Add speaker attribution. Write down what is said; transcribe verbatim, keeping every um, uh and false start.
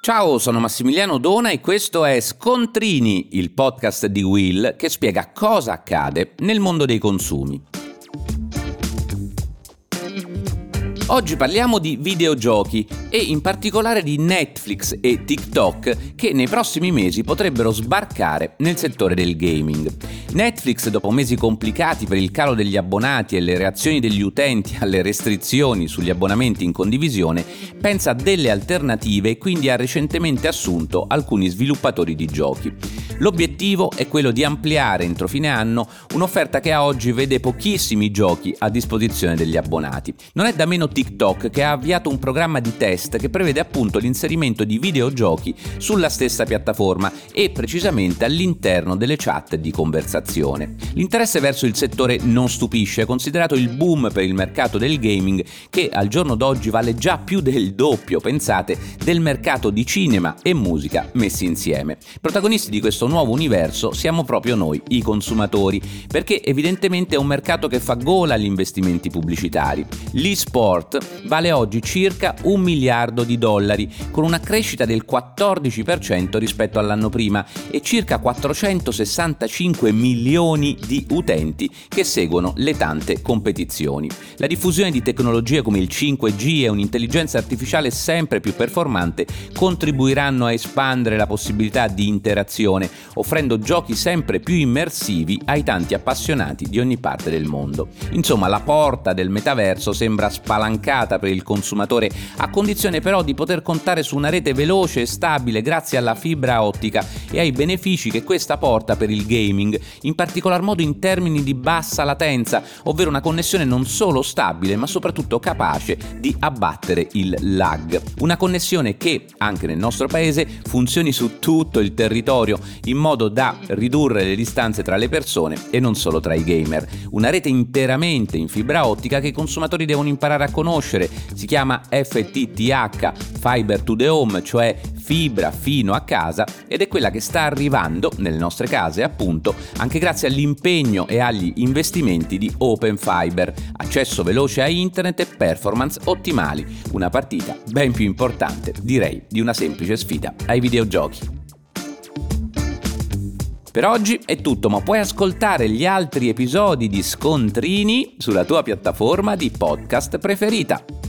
Speaker 1: Ciao, sono Massimiliano Dona e questo è Scontrini, il podcast di Will che spiega cosa accade nel mondo dei consumi. Oggi parliamo di videogiochi e in particolare di Netflix e TikTok che nei prossimi mesi potrebbero sbarcare nel settore del gaming. Netflix, dopo mesi complicati per il calo degli abbonati e le reazioni degli utenti alle restrizioni sugli abbonamenti in condivisione, pensa a delle alternative e quindi ha recentemente assunto alcuni sviluppatori di giochi. L'obiettivo è quello di ampliare entro fine anno un'offerta che a oggi vede pochissimi giochi a disposizione degli abbonati. Non è da meno TikTok che ha avviato un programma di test che prevede appunto l'inserimento di videogiochi sulla stessa piattaforma e precisamente all'interno delle chat di conversazione. L'interesse verso il settore non stupisce, considerato il boom per il mercato del gaming che al giorno d'oggi vale già più del doppio, pensate, del mercato di cinema e musica messi insieme. Protagonisti di questo nuovo universo siamo proprio noi, i consumatori, perché evidentemente è un mercato che fa gola agli investimenti pubblicitari. L'e-sport vale oggi circa un miliardo di dollari, con una crescita del quattordici per cento rispetto all'anno prima e circa quattrocentosessantacinque milioni di utenti che seguono le tante competizioni. La diffusione di tecnologie come il cinque G e un'intelligenza artificiale sempre più performante contribuiranno a espandere la possibilità di interazione, offrendo giochi sempre più immersivi ai tanti appassionati di ogni parte del mondo. Insomma, la porta del metaverso sembra spalancata per il consumatore, a condizione però di poter contare su una rete veloce e stabile grazie alla fibra ottica e ai benefici che questa porta per il gaming, in particolar modo in termini di bassa latenza, ovvero una connessione non solo stabile ma soprattutto capace di abbattere il lag. Una connessione che, anche nel nostro paese, funzioni su tutto il territorio in modo da ridurre le distanze tra le persone e non solo tra i gamer. Una rete interamente in fibra ottica che i consumatori devono imparare a conoscere. Si chiama F T T H, Fiber to the Home, cioè fibra fino a casa, ed è quella che sta arrivando nelle nostre case appunto anche grazie all'impegno e agli investimenti di Open Fiber, accesso veloce a internet e performance ottimali, una partita ben più importante, direi, di una semplice sfida ai videogiochi. Per oggi è tutto, ma puoi ascoltare gli altri episodi di Scontrini sulla tua piattaforma di podcast preferita.